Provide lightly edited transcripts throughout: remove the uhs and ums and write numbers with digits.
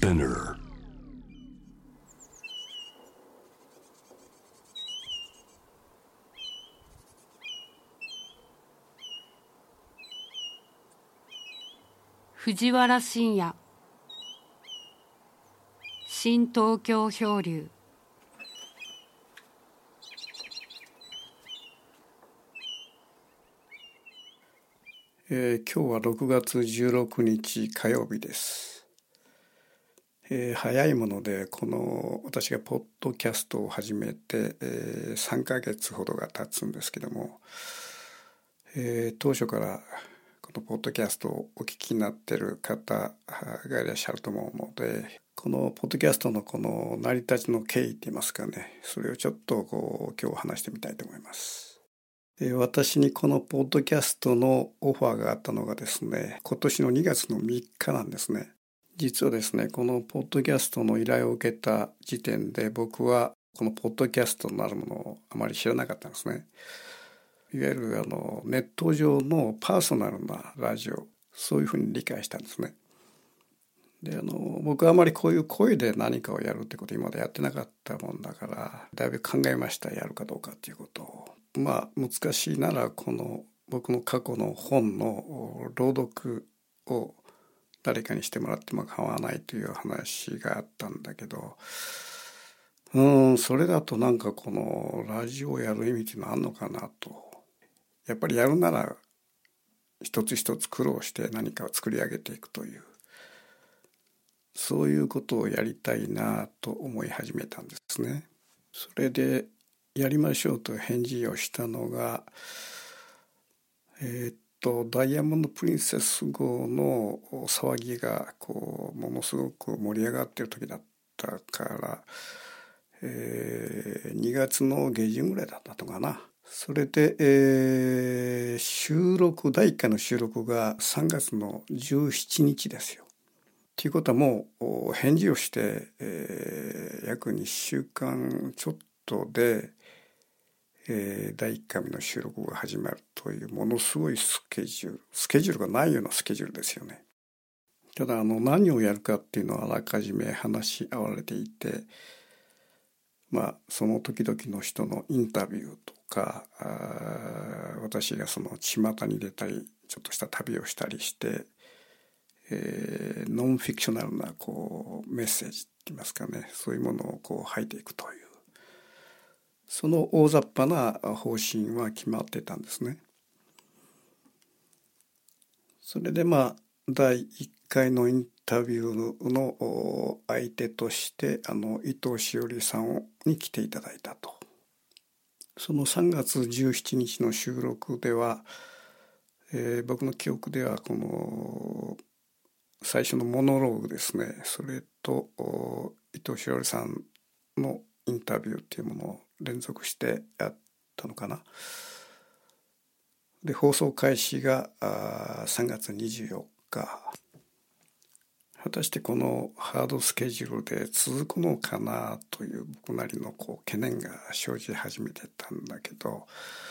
Spinner. 藤原信也、新東京漂流。 今日は6月16日火曜日です。早いものでこの私がポッドキャストを始めて、3ヶ月ほどが経つんですけども、当初からこのポッドキャストをお聞きになっている方がいらっしゃると思うので、このポッドキャストのこの成り立ちの経緯といいますかね、それをちょっと今日話してみたいと思います。私にこのポッドキャストのオファーがあったのがですね、今年の2月の3日なんですね。実はですね、このポッドキャストの依頼を受けた時点で僕はこのポッドキャストのあるものをあまり知らなかったんですね。いわゆるネット上のパーソナルなラジオ、そういうふうに理解したんですね。で僕はあまりこういう声で何かをやるってことを今までやってなかったもんだから、だいぶ考えました、やるかどうかっていうことを。難しいならこの僕の過去の本の朗読を誰かにしてもらっても構わないという話があったんだけど、それだとなんかこのラジオをやる意味っていうのはあるのかなと。やっぱりやるなら一つ一つ苦労して何かを作り上げていくという、そういうことをやりたいなと思い始めたんですね。それでやりましょうと返事をしたのが、ダイヤモンド・プリンセス号の騒ぎがものすごく盛り上がっている時だったから、2月の下旬ぐらいだったのかな。それで、第1回の収録が3月の17日ですよ。ということはもう返事をして、約2週間ちょっとで、第1回目の収録が始まるというものすごいスケジュールがないようなスケジュールですよね。ただ何をやるかっていうのはあらかじめ話し合われていて、その時々の人のインタビューとか、私がその巷に出たりちょっとした旅をしたりして、ノンフィクショナルなメッセージって言いますかね、そういうものを吐いていくという、その大雑把な方針は決まってたんですね。それで第1回のインタビューの相手として伊藤詩織さんに来ていただいたと。その3月17日の収録では、僕の記憶ではこの最初のモノローグですね、それと伊藤詩織さんのインタビューっていうものを連続してやったのかな。で放送開始が3月24日。果たしてこのハードスケジュールで続くのかなという僕なりの懸念が生じ始めてたんだけど、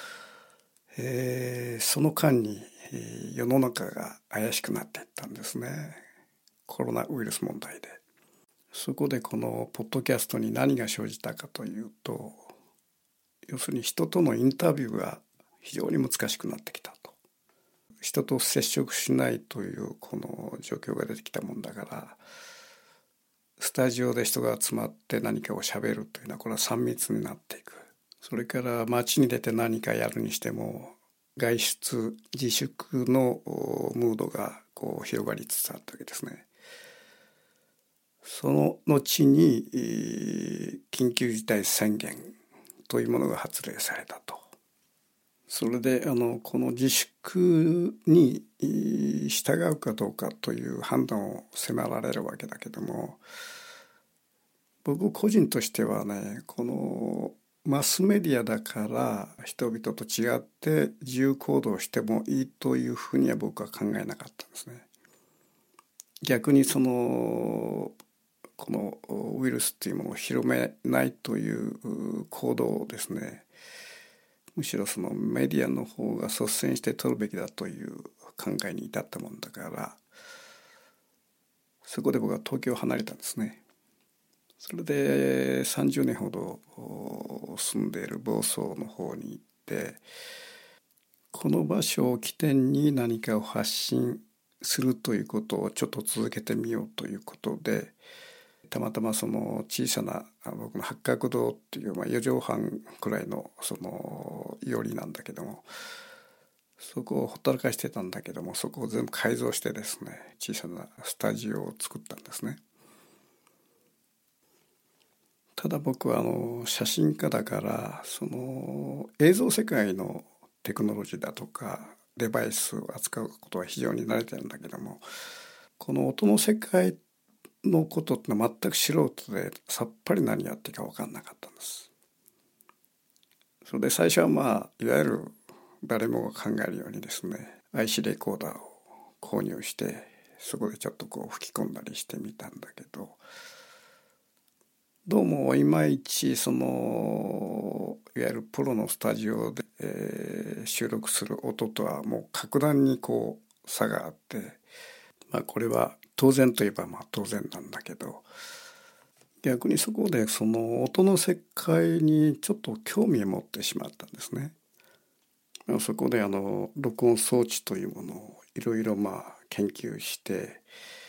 その間に世の中が怪しくなっていったんですね。コロナウイルス問題で。そこでこのポッドキャストに何が生じたかというと、要するに人とのインタビューが非常に難しくなってきたと。人と接触しないというこの状況が出てきたもんだから、スタジオで人が集まって何かをしゃべるというのはこれは3密になっていく。それから街に出て何かやるにしても外出自粛のムードが広がりつつあったわけですね。その後に緊急事態宣言というものが発令されたと。それでこの自粛に従うかどうかという判断を迫られるわけだけども、僕個人としてはね、このマスメディアだから人々と違って自由行動してもいいというふうには僕は考えなかったんですね。逆にこのウイルスというものを広めないという行動をですね、むしろそのメディアの方が率先して取るべきだという考えに至ったもんだから、 そこで僕は東京を離れたんですね。それで30年ほど住んでいる房総の方に行って、この場所を起点に何かを発信するということをちょっと続けてみようということで、たまたまその小さな僕の八角堂っていう、4畳半くらいのそのよりなんだけども、そこをほったらかしてたんだけども、そこを全部改造してですね、小さなスタジオを作ったんですね。ただ僕は写真家だから、その映像世界のテクノロジーだとかデバイスを扱うことは非常に慣れてるんだけども、この音の世界のことってのは全く素人でさっぱり何やっていいか分かんなかったんです。それで最初はいわゆる誰もが考えるようにですね、 IC レコーダーを購入して、そこでちょっと吹き込んだりしてみたんだけど、どうもいまいちそのいわゆるプロのスタジオで、収録する音とはもう格段に差があって、これは当然といえば当然なんだけど、逆にそこでその音の世界にちょっと興味を持ってしまったんですね。そこで録音装置というものをいろいろ研究して、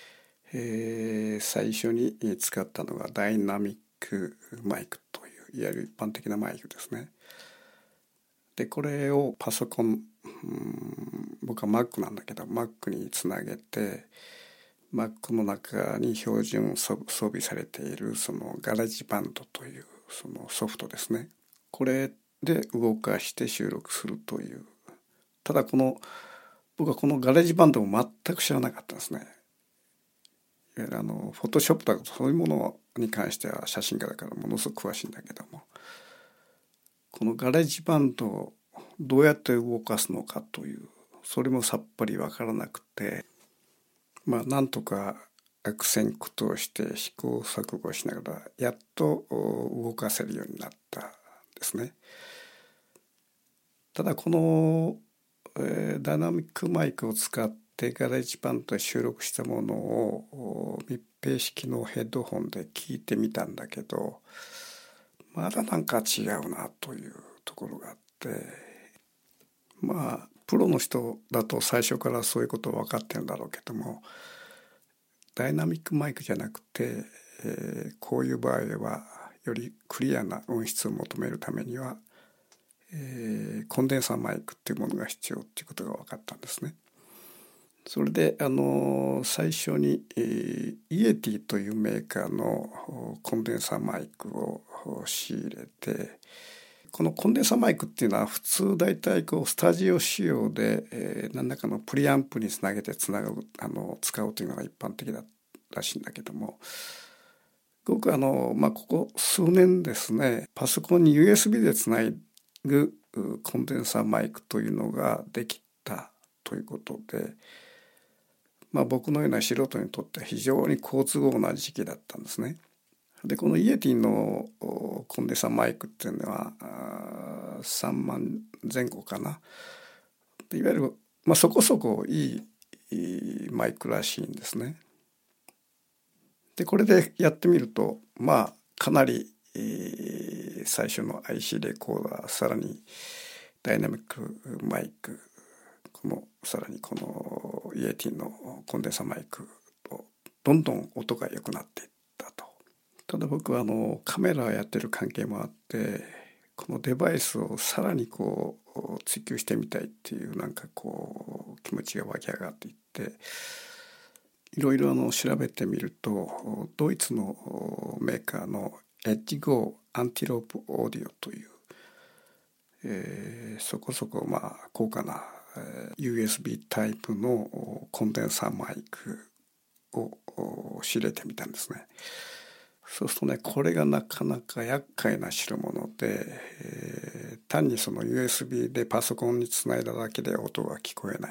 最初に使ったのがダイナミックマイクといういわゆる一般的なマイクですね。でこれをパソコン、僕は Mac なんだけど Mac につなげて、 Mac の中に標準装備されているそのガレージバンドというそのソフトですね、これで動かして収録するという。ただ僕はこのガレージバンドも全く知らなかったんですね。いわゆるフォトショップとかそういうものに関しては写真家だからものすごく詳しいんだけども、このガレージバンドをどうやって動かすのかという、それもさっぱり分からなくて、なんとか悪戦苦闘して試行錯誤しながらやっと動かせるようになったんですね。ただこの、ダイナミックマイクを使ってガレージバンドで収録したものを密閉式のヘッドホンで聞いてみたんだけど、まだなんか違うなというところがあって、プロの人だと最初からそういうこと分かってるんだろうけども、ダイナミックマイクじゃなくて、こういう場合はよりクリアな音質を求めるためには、コンデンサーマイクっていうものが必要っていうことが分かったんですね。それで最初に、イエティというメーカーのコンデンサーマイクを仕入れて、このコンデンサーマイクっていうのは普通大体スタジオ仕様で、何らかのプリアンプにつなげて使うというのが一般的だらしいんだけども、僕はここ数年ですね、パソコンに USB でつないぐコンデンサーマイクというのができたということで、僕のような素人にとっては非常に好都合な時期だったんですね。でこのイエティのコンデンサーマイクっていうのは3万前後かな。いわゆる、そこそこいいマイクらしいんですね。でこれでやってみるとかなり、最初の IC レコーダー、さらにダイナミックマイク、さらにこのイエティのコンデンサーマイクとどんどん音が良くなっていったと。ただ僕はカメラをやってる関係もあって、このデバイスをさらに追求してみたいっていう気持ちが湧き上がっていって、いろいろ調べてみると、ドイツのメーカーのエッジゴーアンティロープオーディオという、そこそこ高価な、USB タイプのコンデンサーマイクを仕入れてみたんですね。そうするとね、これがなかなか厄介な代物で、単にその USB でパソコンにつないだだけで音が聞こえない。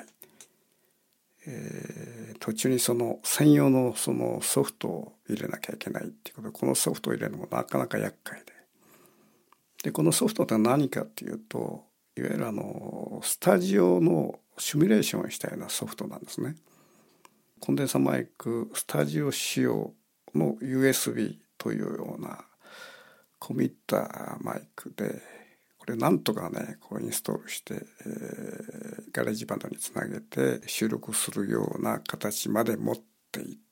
途中にその専用のそのソフトを入れなきゃいけないっていうことで、このソフトを入れるのもなかなか厄介で、このソフトって何かっていうと、いわゆるスタジオのシミュレーションをしたようなソフトなんですね。 コンデンサマイクスタジオ仕様の USB というような込み入ったマイクで、これなんとかねこうインストールして、ガレージバンドにつなげて収録するような形まで持っていって、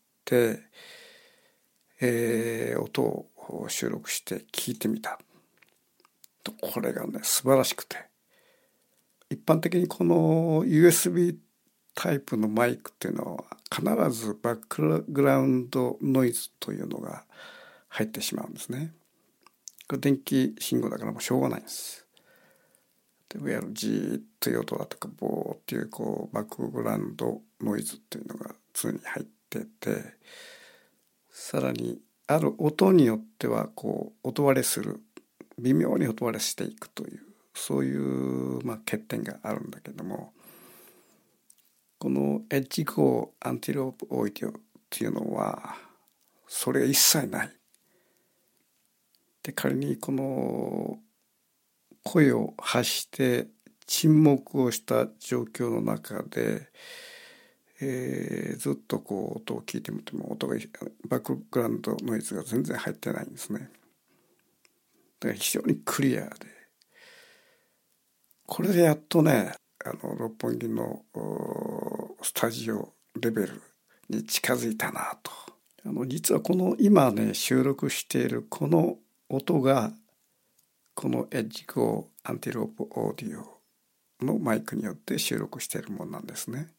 音を収録して聞いてみたと。これがね素晴らしくて、一般的にこの USB タイプのマイクっていうのは必ずバックグラウンドノイズというのが入ってしまうんですね。これ電気信号だからもうしょうがないんです。でいわゆるジーッという音だとかボーっていうバックグラウンドノイズっていうのが常に入ってて、さらにある音によっては音割れする、微妙に音割れしていくという、そういう欠点があるんだけども、このエッジゴーアンティロープオーディオっていうのはそれが一切ない。で仮にこの声を発して沈黙をした状況の中で、ずっと音を聞いてみても音がバックグラウンドノイズが全然入ってないんですね。だから非常にクリアで、これでやっとね六本木のスタジオレベルに近づいたなと。実はこの今ね収録しているこの音がこのエッジゴーアンティロープオーディオのマイクによって収録しているものなんですね。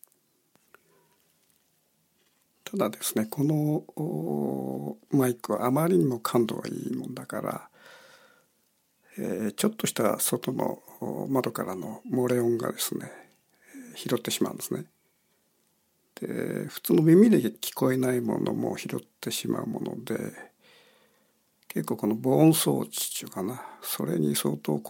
ただですね、このマイクはあまりにも感度がいいもんだから、ちょっとした外の窓からの漏れ音がですね拾ってしまうんですね。で普通の耳で聞こえないものも拾ってしまうもので、結構この防音装置っていうかな、それに相当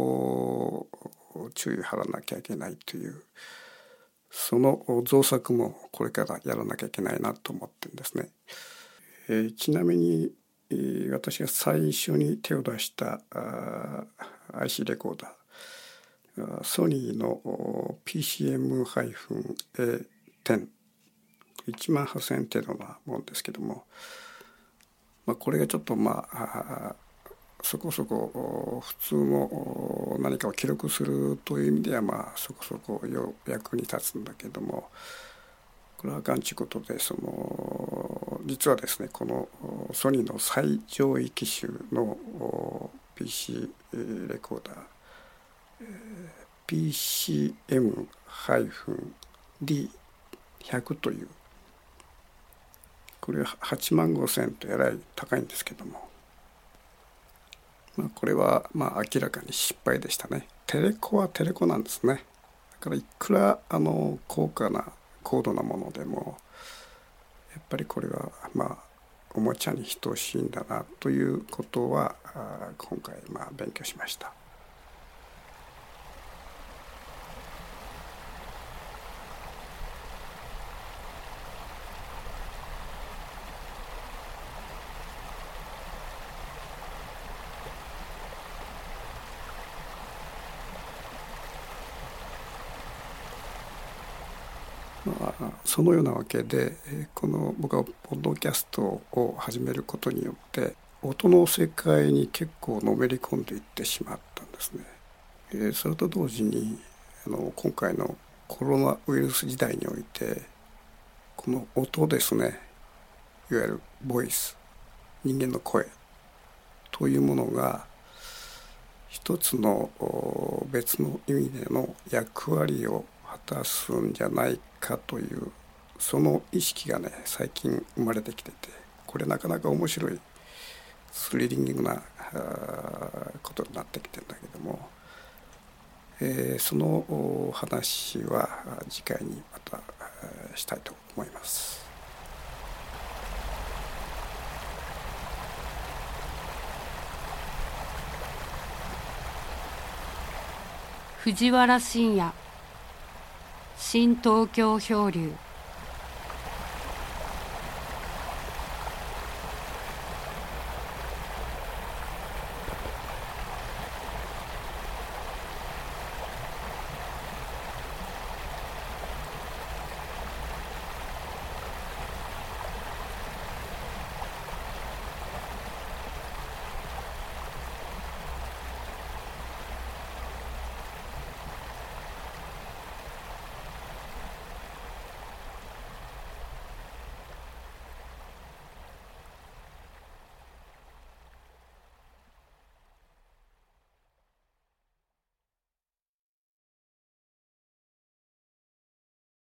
注意払わなきゃいけないという、その造作もこれからやらなきゃいけないなと思ってるんですね。ちなみに私が最初に手を出したIC レコーダー、ソニーの PCM-A10 18000円程度なものですけども、これがちょっとそこそこ普通の何かを記録するという意味ではそこそこ役に立つんだけども、これはあかんちゅうことで、実はですねこのソニーの最上位機種の PC レコーダー、PCM-D100 という、これは8万5千円とえらい高いんですけども、これは明らかに失敗でしたね。テレコはテレコなんですね。だからいくら高価な高度なものでもやっぱりこれはおもちゃに等しいんだなということは今回勉強しました。そのようなわけでこの僕はポッドキャストを始めることによって音の世界に結構のめり込んでいってしまったんですね。それと同時に今回のコロナウイルス時代においてこの音ですね、いわゆるボイス、人間の声というものが一つの別の意味での役割を果たすんじゃないかというその意識がね最近生まれてきてて、これなかなか面白いスリリングなことになってきてるんだけども、その話は次回にまたしたいと思います。 藤原信也、新東京漂流。